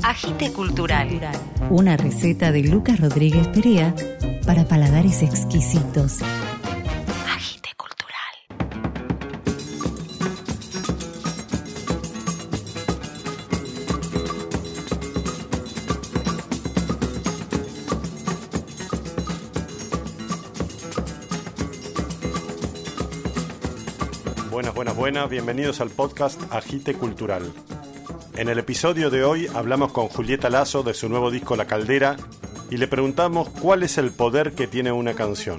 Agite Cultural. Una receta de Lucas Rodríguez Perea para paladares exquisitos. Agite Cultural. Buenas, bienvenidos al podcast Agite Cultural. En el episodio de hoy hablamos con Julieta Lasso de su nuevo disco La Caldera y le preguntamos cuál es el poder que tiene una canción.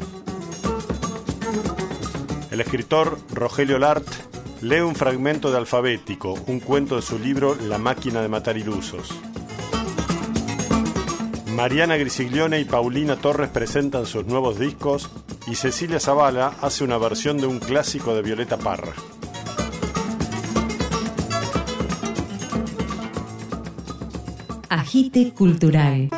El escritor Rogelio Lart lee un fragmento de Alfabético, un cuento de su libro La máquina de matar ilusos. Mariana Grisiglione y Paulina Torres presentan sus nuevos discos y Cecilia Zavala hace una versión de un clásico de Violeta Parra. Agite Cultural.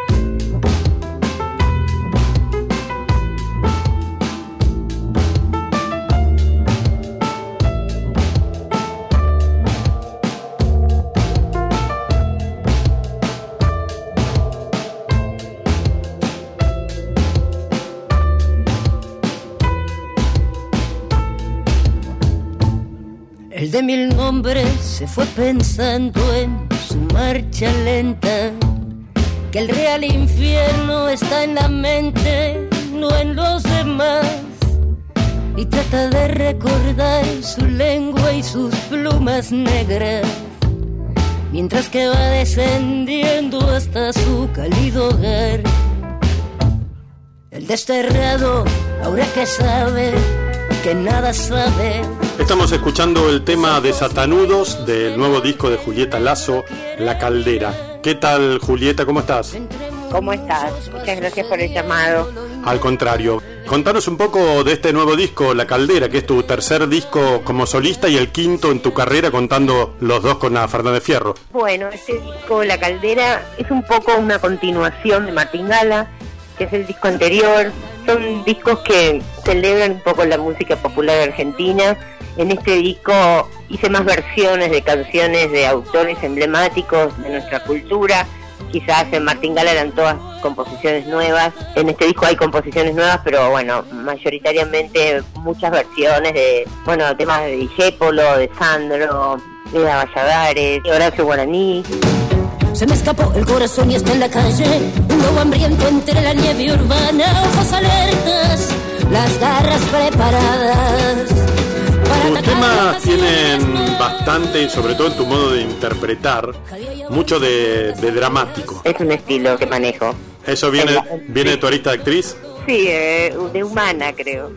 El de mil nombres se fue pensando en su marcha lenta, que el real infierno está en la mente, no en los demás, y trata de recordar su lengua y sus plumas negras, mientras que va descendiendo hasta su cálido hogar. El desterrado, ahora que sabe que nada sabe. Estamos escuchando el tema de Satanudos del nuevo disco de Julieta Lasso, La Caldera. ¿Qué tal, Julieta? ¿Cómo estás? ¿Cómo estás? Muchas gracias por el llamado. Al contrario. Contanos un poco de este nuevo disco, La Caldera, que es tu tercer disco como solista y el quinto en tu carrera, contando los dos con la Fernández Fierro. Bueno, este disco, La Caldera, es un poco una continuación de Martingala, que es el disco anterior. Son discos que celebran un poco la música popular argentina. En este disco hice más versiones de canciones de autores emblemáticos de nuestra cultura. Quizás en Martingala eran todas composiciones nuevas. En este disco hay composiciones nuevas, pero bueno, mayoritariamente muchas versiones de, temas de Discépolo, de Sandro, de Valladares, de Horacio Guaraní. Se me escapó el corazón y está en la calle, un lobo hambriento entre la nieve urbana, ojos alertas, las garras preparadas. Tus temas tienen bastante, sobre todo en tu modo de interpretar, mucho de dramático. Es un estilo que manejo. ¿Eso viene de tu arista de actriz? Sí, de humana, creo.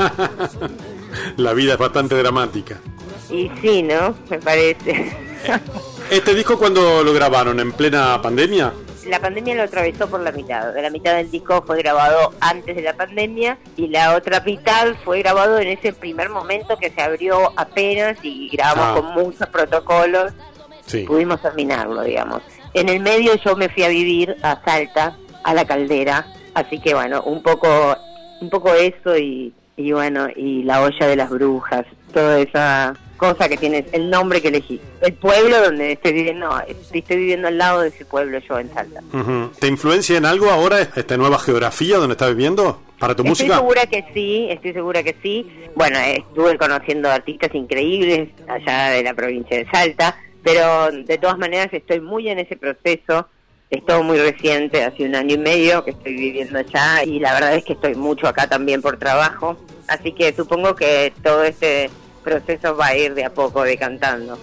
La vida es bastante dramática. Y sí, ¿no? Me parece. ¿Este disco cuándo lo grabaron? ¿En plena pandemia? La pandemia lo atravesó por la mitad. De la mitad del disco fue grabado antes de la pandemia y la otra mitad fue grabado en ese primer momento que se abrió apenas y grabamos con muchos protocolos. Sí. Pudimos terminarlo, digamos. En el medio yo me fui a vivir a Salta, a La Caldera, así que bueno, un poco eso y La olla de las brujas, toda esa cosa que tienes, el nombre que elegí, el pueblo donde estoy viviendo al lado de ese pueblo yo en Salta. Uh-huh. ¿Te influencia en algo ahora esta nueva geografía donde estás viviendo para tu música? Estoy segura que sí. Bueno, estuve conociendo artistas increíbles allá de la provincia de Salta, pero de todas maneras estoy muy en ese proceso. Es todo muy reciente, hace 1 año y medio que estoy viviendo allá y la verdad es que estoy mucho acá también por trabajo, así que supongo que todo este proceso va a ir de a poco decantando.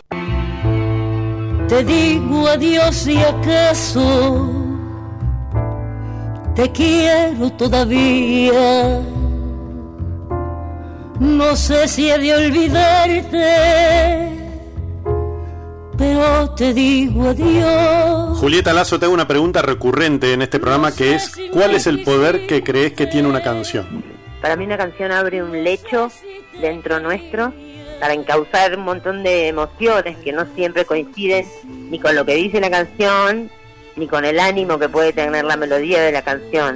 Te digo adiós y acaso te quiero todavía. No sé si he de olvidarte, pero te digo adiós. Julieta Lasso, te hago una pregunta recurrente en este programa que es: ¿cuál es el poder que crees que tiene una canción? Para mí una canción abre un lecho dentro nuestro para encauzar un montón de emociones que no siempre coinciden ni con lo que dice la canción ni con el ánimo que puede tener la melodía de la canción.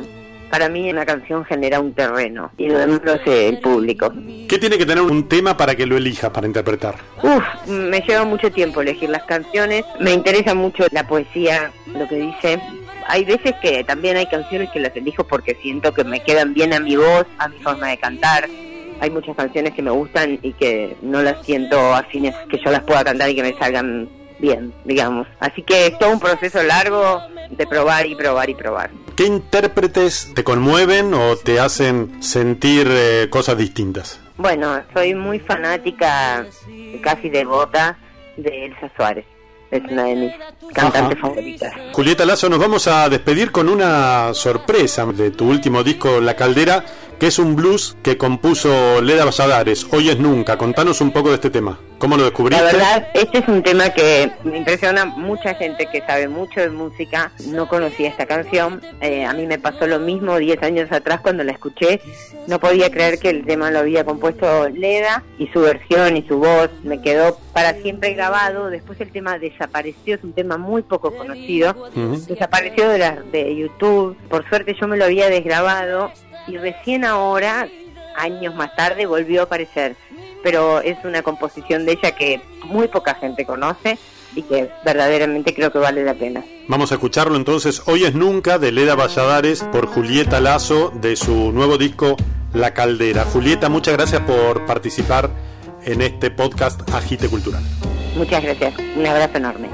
para mí una canción genera un terreno y lo demás lo hace el público. ¿Qué tiene que tener un tema para que lo elijas para interpretar? Me lleva mucho tiempo elegir las canciones, me interesa mucho la poesía, lo que dice. Hay veces que también hay canciones que las elijo porque siento que me quedan bien a mi voz, a mi forma de cantar. Hay muchas canciones que me gustan y que no las siento afines, que yo las pueda cantar y que me salgan bien, digamos. Así que es todo un proceso largo de probar y probar y probar. ¿Qué intérpretes te conmueven o te hacen sentir cosas distintas? Bueno, soy muy fanática, casi devota, de Elsa Suárez. Es una de mis cantantes favoritas. Julieta Lazo, nos vamos a despedir con una sorpresa de tu último disco, La Caldera, que es un blues que compuso Leda Valladares, Hoy es Nunca. Contanos un poco de este tema. ¿Cómo lo descubriste? La verdad, este es un tema que me impresiona. Mucha gente que sabe mucho de música no conocía esta canción. A mí me pasó lo mismo 10 años atrás cuando la escuché. No podía creer que el tema lo había compuesto Leda, y su versión y su voz me quedó para siempre grabado. Después el tema desapareció, es un tema muy poco conocido. Desapareció de YouTube. Por suerte yo me lo había desgrabado y recién ahora, años más tarde, volvió a aparecer. Pero es una composición de ella que muy poca gente conoce y que verdaderamente creo que vale la pena. Vamos a escucharlo entonces. Hoy es Nunca, de Leda Valladares, por Julieta Lazo, de su nuevo disco La Caldera. Julieta, muchas gracias por participar en este podcast Agite Cultural. Muchas gracias, un abrazo enorme.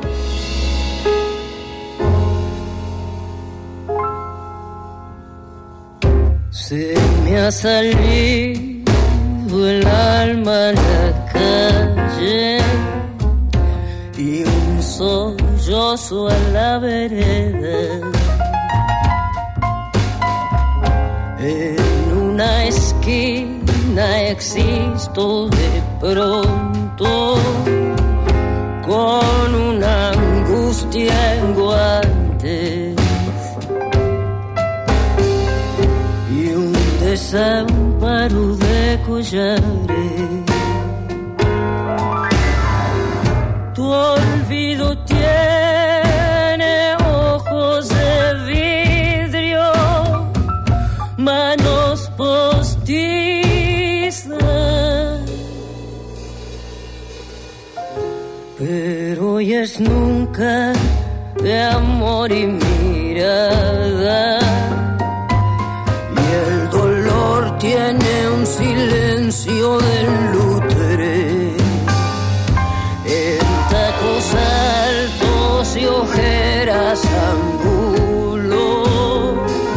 Se me ha salido el alma a la calle y un sollozo a la vereda. En una esquina existo de pronto con una angustia en guantes y un desamparo de collares. Tu olvido tiene ojos de vidrio, manos postizas, pero hoy es nunca de amor y mirada. Tiene un silencio del lutre, en tacos altos y ojeras angulo.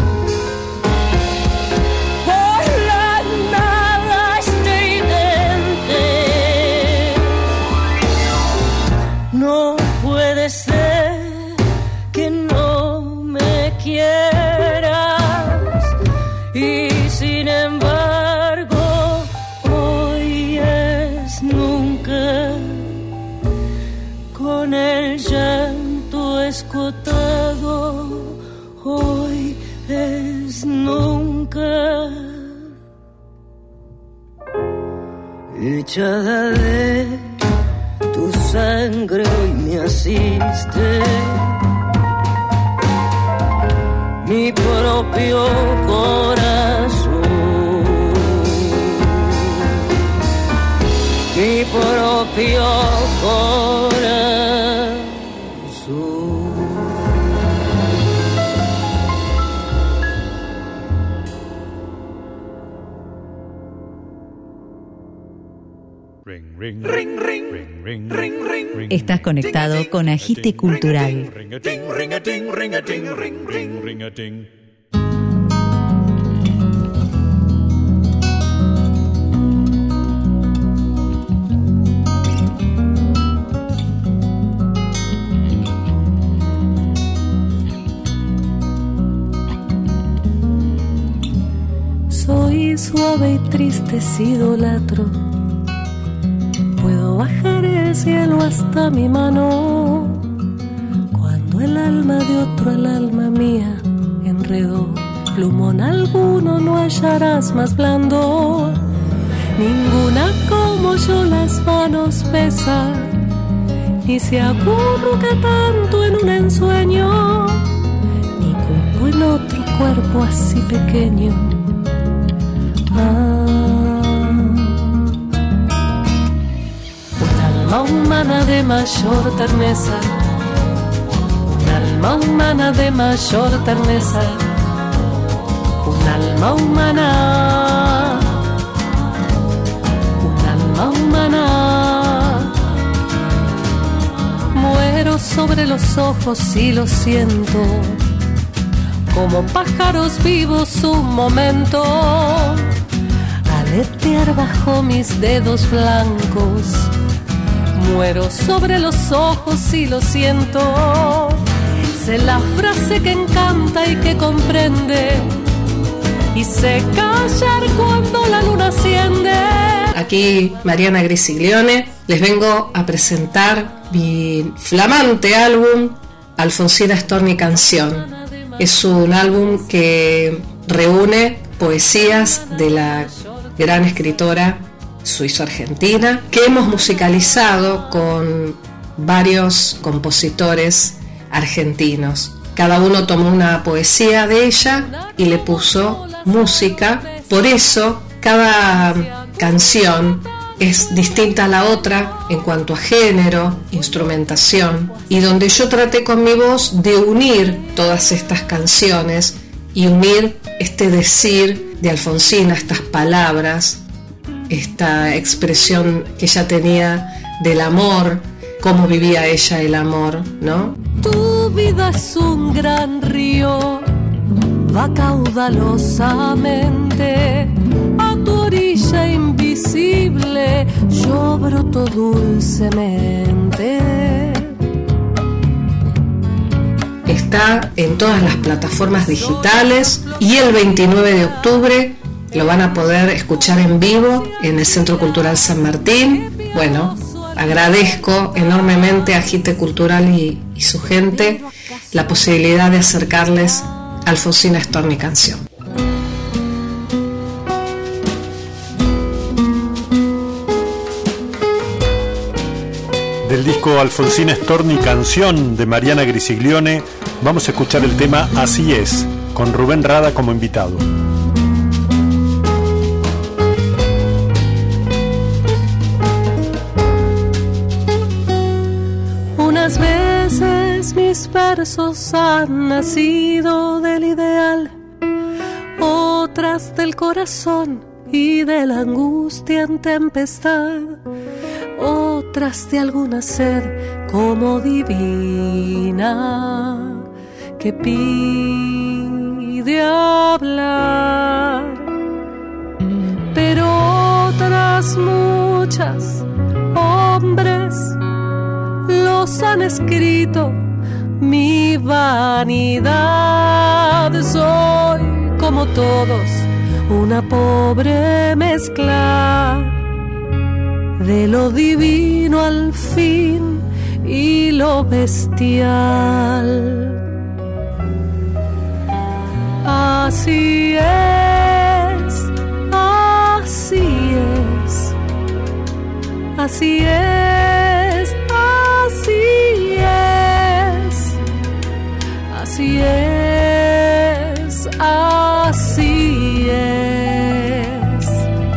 Por la nada estridente, no puede ser que no me quieras y sin embargo, hoy es nunca, con el llanto escotado, hoy es nunca, echada de tu sangre hoy me asiste mi propio corazón, mi propio corazón. Ring, ring, ring, ring, ring, ring, ring, ring. Estás conectado con Agite Cultural. Soy suave y triste si idolatro. Puedo bajar el cielo hasta mi mano. Cuando el alma de otro al alma mía enredó, plumón alguno no hallarás más blando. Ninguna como yo las manos pesa, ni se acurruca tanto en un ensueño, ni cupo en otro cuerpo así pequeño. Un alma humana de mayor terneza, un alma humana de mayor terneza, un alma humana, un alma humana. Muero sobre los ojos y lo siento, como pájaros vivos un momento, aletear bajo mis dedos blancos. Muero sobre los ojos y lo siento. Sé la frase que encanta y que comprende, y sé callar cuando la luna asciende. Aquí Mariana Grisiglione, les vengo a presentar mi flamante álbum Alfonsina Storni Canción. Es un álbum que reúne poesías de la gran escritora suizo-argentina, que hemos musicalizado con varios compositores argentinos. Cada uno tomó una poesía de ella y le puso música. Por eso cada canción es distinta a la otra en cuanto a género, instrumentación, y donde yo traté con mi voz de unir todas estas canciones y unir este decir de Alfonsina, estas palabras, esta expresión que ella tenía del amor, cómo vivía ella el amor, ¿no? Tu vida es un gran río, va caudalosamente a tu orilla invisible, yo broto dulcemente. Está en todas las plataformas digitales y el 29 de octubre lo van a poder escuchar en vivo en el Centro Cultural San Martín. Bueno, agradezco enormemente a Agite Cultural y su gente la posibilidad de acercarles a Alfonsina Storni Canción. Del disco Alfonsina Storni Canción de Mariana Grisiglione vamos a escuchar el tema Así es, con Rubén Rada como invitado. Unas veces mis versos han nacido del ideal, otras del corazón y de la angustia en tempestad, otras de alguna sed como divina que pide hablar, pero otras muchas hombres los han escrito mi vanidad. Soy como todos una pobre mezcla de lo divino al fin y lo bestial. Así es, así es, así es, así es, así es, así es.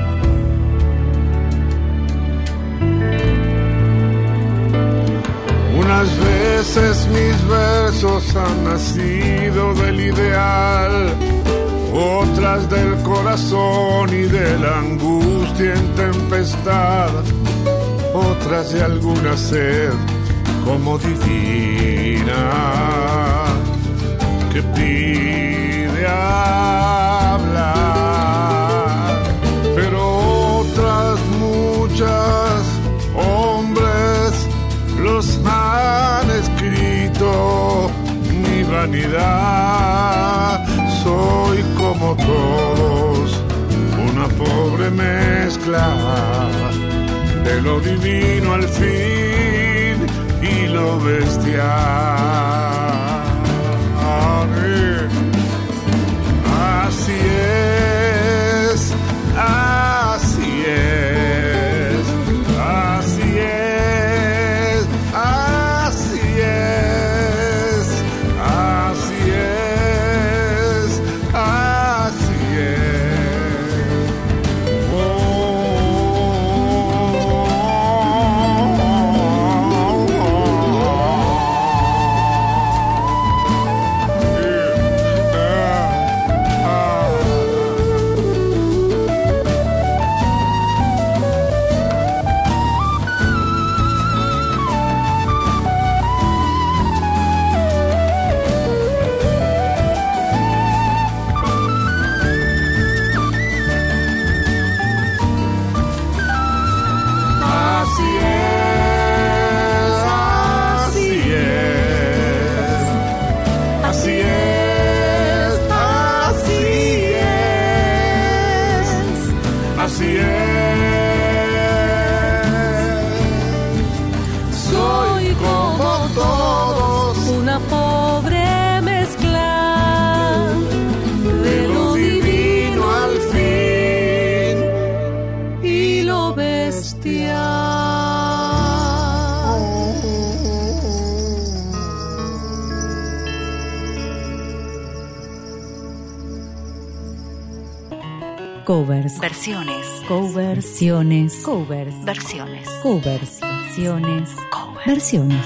Unas veces mis versos han nacido del ideal, otras del corazón y de la angustia en tempestad, otras de alguna sed como divina que pide hablar, pero otras muchas hombres los han escrito mi vanidad. Soy como todos una pobre mezcla de lo divino al fin y lo bestial. Así es, así es, así es, así es, así es, Covers. Versiones. Coversiones. Covers. Versiones. Covers. Versiones. Cover. Versiones.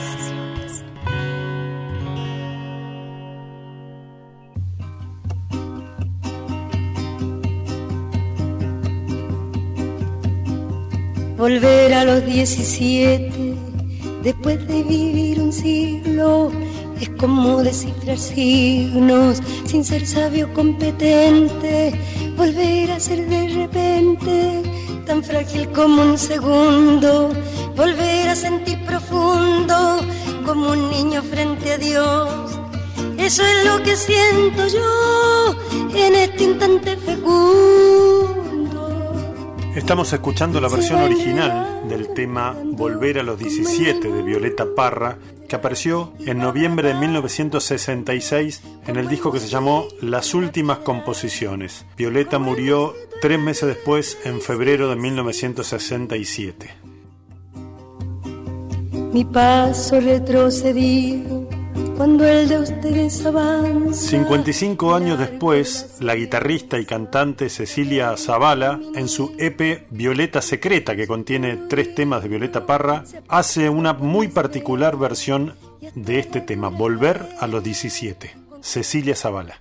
Volver a los 17, después de vivir un siglo, es como descifrar signos, sin ser sabio competente. Volver a ser de repente, tan frágil como un segundo. Volver a sentir profundo, como un niño frente a Dios. Eso es lo que siento yo en este instante fecundo. Estamos escuchando la versión original del tema Volver a los 17 de Violeta Parra, que apareció en noviembre de 1966 en el disco que se llamó Las Últimas Composiciones. Violeta murió 3 meses después, en febrero de 1967. Mi paso retrocedido cuando el de ustedes avanza. 55 años después, la guitarrista y cantante Cecilia Zavala, en su EP Violeta Secreta, que contiene 3 temas de Violeta Parra, hace una muy particular versión de este tema, Volver a los 17. Cecilia Zavala.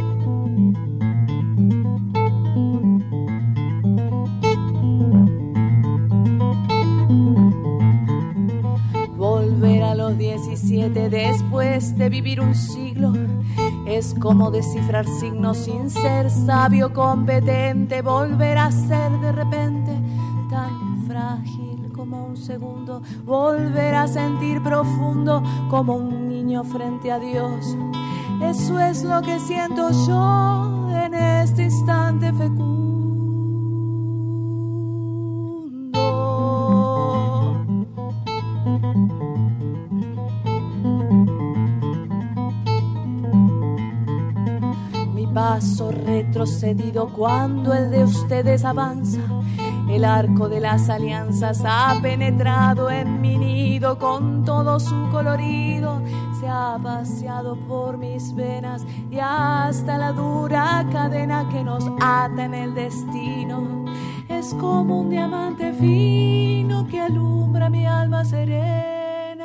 Volver a los 17 después de vivir un siglo es como descifrar signos sin ser sabio competente. Volver a ser de repente tan frágil como un segundo. Volver a sentir profundo como un niño frente a Dios. Eso es lo que siento yo en este instante fecundo. Paso retrocedido cuando el de ustedes avanza. El arco de las alianzas ha penetrado en mi nido con todo su colorido. Se ha paseado por mis venas y hasta la dura cadena que nos ata en el destino. Es como un diamante fino que alumbra mi alma serena.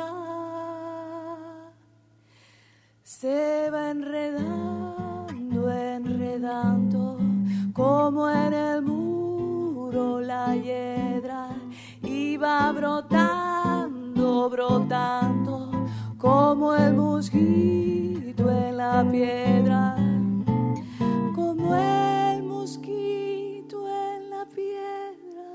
Se va enredando como en el muro la hiedra, y va brotando como el mosquito en la piedra, como el mosquito en la piedra.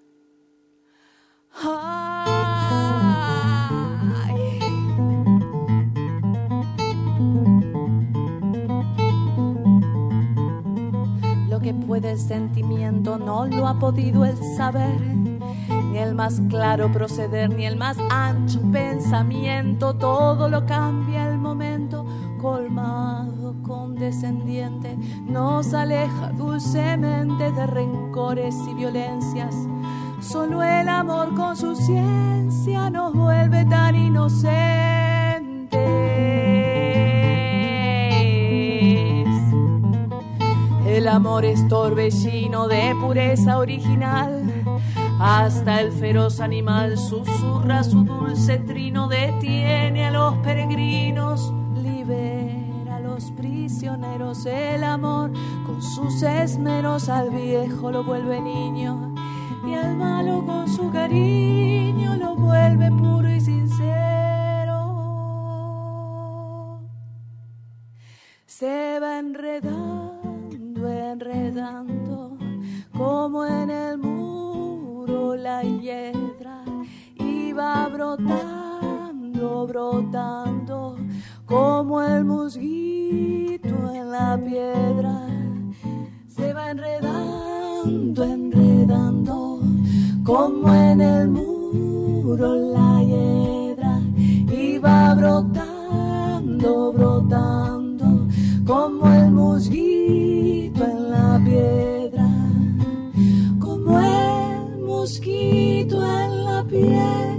Que puede el sentimiento no lo ha podido el saber, ni el más claro proceder, ni el más ancho pensamiento. Todo lo cambia el momento, colmado, condescendiente, nos aleja dulcemente de rencores y violencias. Solo el amor con su ciencia nos vuelve tan inocentes. El amor es torbellino de pureza original. Hasta el feroz animal susurra su dulce trino. Detiene a los peregrinos, libera a los prisioneros. El amor con sus esmeros al viejo lo vuelve niño, y al malo con su cariño lo vuelve puro y sincero. Se va enredando como en el muro la hiedra, y va brotando como el mosquito en la piedra. Se va enredando como en el muro la hiedra, y va brotando como el mosquito en la piedra, como el mosquito en la piedra.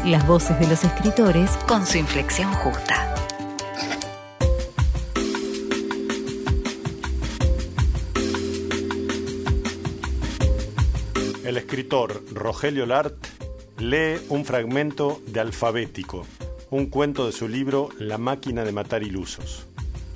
Las voces de los escritores con su inflexión justa. El escritor Rogelio Lart lee un fragmento de Alfabético, un cuento de su libro La máquina de matar ilusos.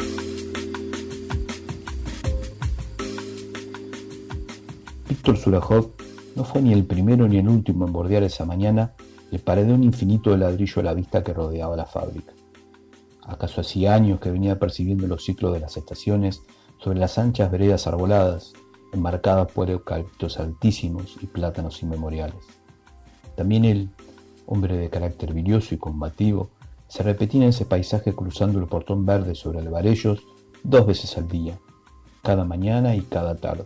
Víctor Surajov no fue ni el primero ni el último en bordear esa mañana el paredón infinito de ladrillo a la vista que rodeaba la fábrica. ¿Acaso hacía años que venía percibiendo los ciclos de las estaciones sobre las anchas veredas arboladas, enmarcadas por eucaliptos altísimos y plátanos inmemoriales? También él, hombre de carácter bilioso y combativo, se repetía en ese paisaje cruzando el portón verde sobre albarellos 2 veces al día, cada mañana y cada tarde.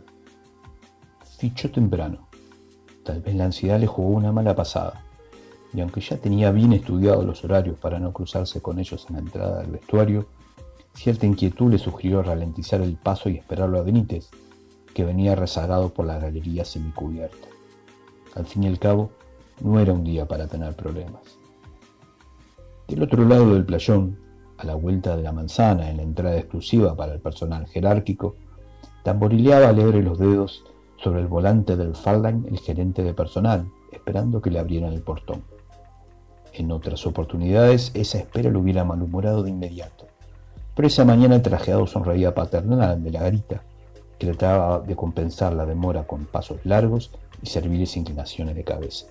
Fichó temprano. Tal vez la ansiedad le jugó una mala pasada, y aunque ya tenía bien estudiados los horarios para no cruzarse con ellos en la entrada del vestuario, cierta inquietud le sugirió ralentizar el paso y esperarlo a Benítez, que venía rezagado por la galería semicubierta. Al fin y al cabo, no era un día para tener problemas. Del otro lado del playón, a la vuelta de la manzana, en la entrada exclusiva para el personal jerárquico, tamborileaba alegre los dedos sobre el volante del Fairlane el gerente de personal, esperando que le abrieran el portón. En otras oportunidades, esa espera lo hubiera malhumorado de inmediato, pero esa mañana el trajeado sonreía paternal de la garita, que trataba de compensar la demora con pasos largos y serviles inclinaciones de cabeza.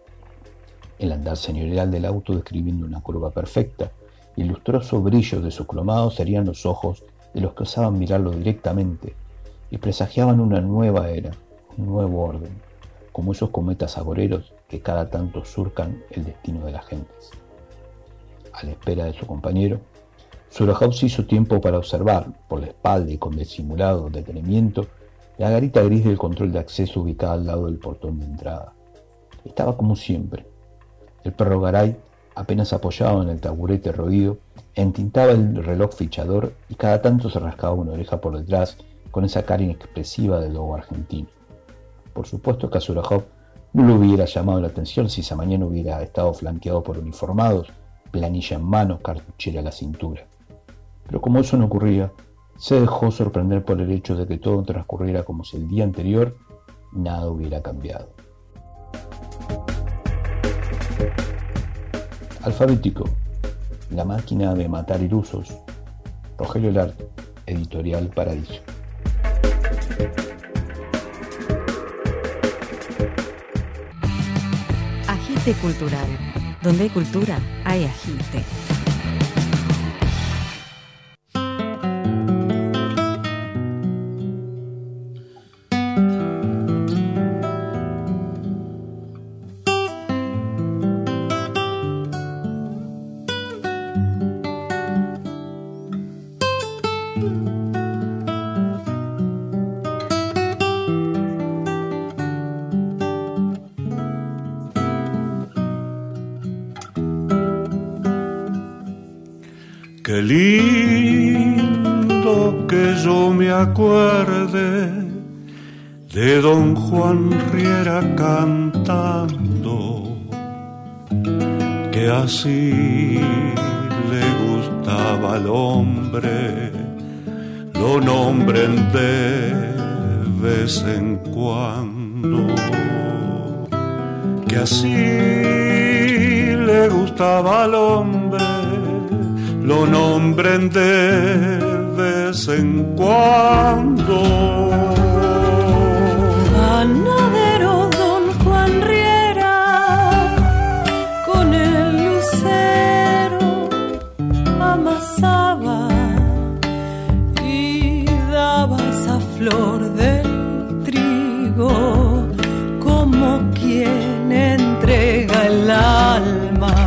El andar señorial del auto describiendo una curva perfecta y el lustroso brillo de su cromado serían los ojos de los que osaban mirarlo directamente y presagiaban una nueva era, un nuevo orden, como esos cometas agoreros que cada tanto surcan el destino de las gentes. A la espera de su compañero, Surajov se hizo tiempo para observar, por la espalda y con disimulado detenimiento, la garita gris del control de acceso ubicada al lado del portón de entrada. Estaba como siempre. El perro Garay, apenas apoyado en el taburete roído, entintaba el reloj fichador y cada tanto se rascaba una oreja por detrás con esa cara inexpresiva del lobo argentino. Por supuesto que a Surajov no le hubiera llamado la atención si esa mañana hubiera estado flanqueado por uniformados, planilla en mano, cartuchera a la cintura. Pero como eso no ocurría, se dejó sorprender por el hecho de que todo transcurriera como si el día anterior nada hubiera cambiado. Alfabético, la máquina de matar ilusos. Rogelio Lart, Editorial Paradiso. Agite cultural. Donde hay cultura, hay agite. Qué lindo que yo me acuerde de don Juan Riera cantando, que así le gustaba al hombre, lo nombren de vez en cuando, que así le gustaba al hombre, lo nombren de vez en cuando. Panadero don Juan Riera, con el lucero amasaba y daba esa flor del trigo como quien entrega el alma.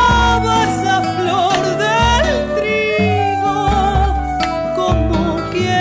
Quien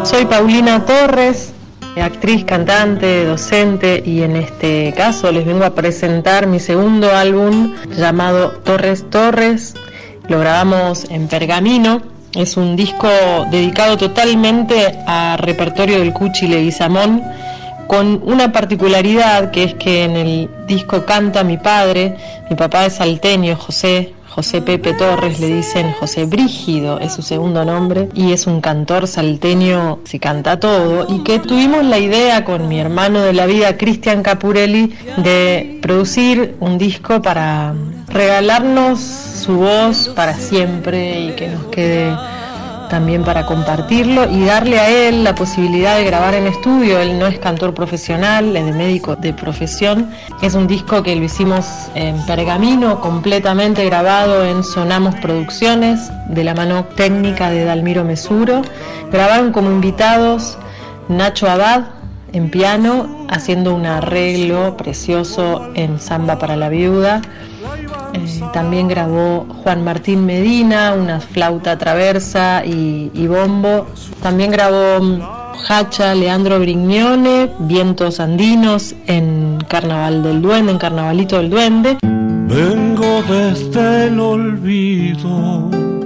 Soy Paulina Torres, actriz, cantante, docente, y en este caso les vengo a presentar mi segundo álbum llamado Torres Torres. Lo grabamos en Pergamino. Es un disco dedicado totalmente a repertorio del Cuchi Leguizamón, con una particularidad, que es que en el disco canta mi padre. Mi papá es salteño, José Pepe Torres, le dicen José Brígido, es su segundo nombre, y es un cantor salteño, se canta todo, y que tuvimos la idea con mi hermano de la vida, Cristian Capurelli, de producir un disco para regalarnos su voz para siempre y que nos quede también para compartirlo y darle a él la posibilidad de grabar en estudio. Él no es cantor profesional, es de médico de profesión. Es un disco que lo hicimos en Pergamino, completamente grabado en Sonamos Producciones, de la mano técnica de Dalmiro Mesuro. Grabaron como invitados Nacho Abad en piano, haciendo un arreglo precioso en Samba para la Viuda. También grabó Juan Martín Medina, una flauta traversa y bombo. También grabó Hacha Leandro Brignone, Vientos Andinos en Carnaval del Duende, en Carnavalito del Duende. Vengo desde el olvido,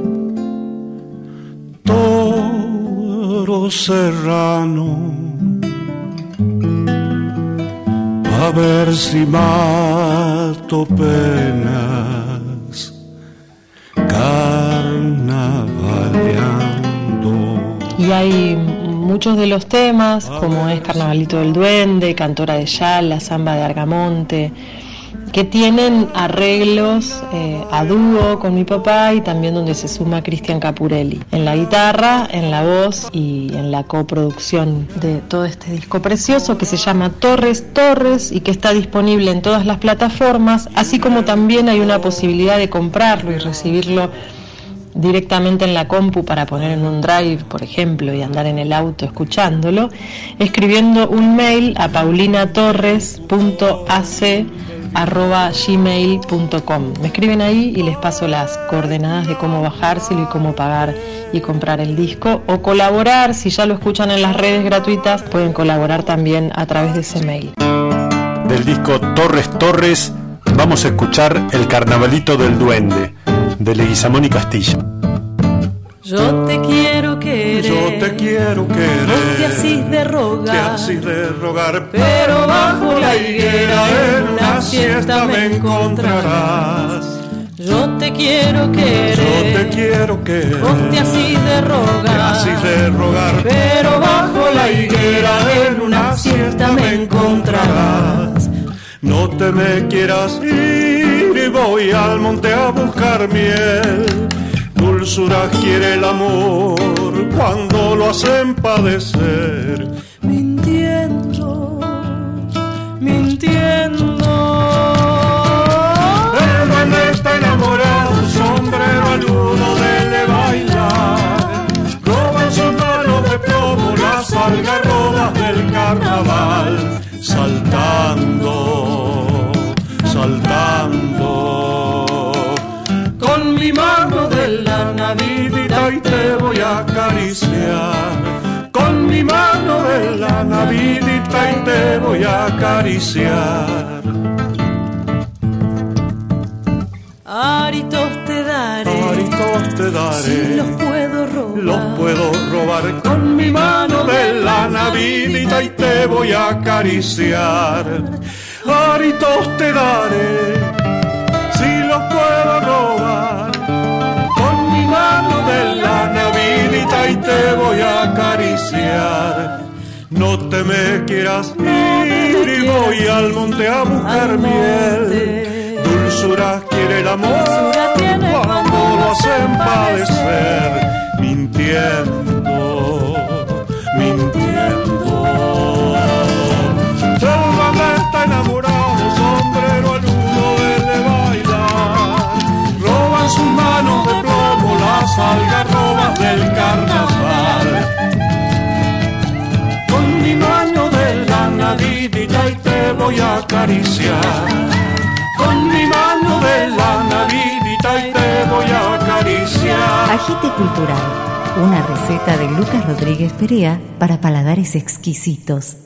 toro serrano, a ver si mato penas carnavaleando. Y hay muchos de los temas, como es Carnavalito del Duende, Cantora de Yala, Samba de Argamonte, que tienen arreglos a dúo con mi papá, y también donde se suma Cristian Capurelli en la guitarra, en la voz y en la coproducción de todo este disco precioso que se llama Torres Torres y que está disponible en todas las plataformas, así como también hay una posibilidad de comprarlo y recibirlo directamente en la compu para poner en un drive, por ejemplo, y andar en el auto escuchándolo, escribiendo un mail a paulinatorres.ac@gmail.com. Me escriben ahí y les paso las coordenadas de cómo bajárselo y cómo pagar y comprar el disco, o colaborar. Si ya lo escuchan en las redes gratuitas, pueden colaborar también a través de ese mail. Del disco Torres Torres vamos a escuchar El Carnavalito del Duende, de Leguizamón y Castilla. Yo te quiero querer, yo te quiero querer, no te asís de rogar, pero bajo la higuera en una siesta me encontrarás. Yo te quiero querer, yo te quiero querer, no te asís de rogar, pero bajo la higuera en una siesta me encontrarás. No te me quieras ir y voy al monte a buscar miel. Dulzura quiere el amor cuando lo hacen padecer. Mintiendo, mintiendo. El duende está enamorado, sombrero aludo dele bailar. Roban sus manos de plomo las algarrobas del carnaval. Saltando, saltando, con mi mano de la navidita y te voy a acariciar. Con mi mano de la navidita y te voy a acariciar. Aritos te daré, si los puedo robar. Con mi mano de la navidita y te voy a acariciar. Aritos te daré, si los puedo robar. Con mi mano de la navidita y te voy a acariciar. No te me quieras ir y voy al monte a buscar miel. Dulzura quiere el amor cuando lo hacen padecer. Mintiendo, mintiendo. El duende está enamorado, sombrero aludo dele bailar. Roban sus manos de plomo las algarrobas del carnaval. Con mi mano de la navidita y te voy a acariciar. Con mi mano de la navidita y te voy a acariciar. Agite Cultural, Una receta de Lucas Rodríguez Perea para paladares exquisitos.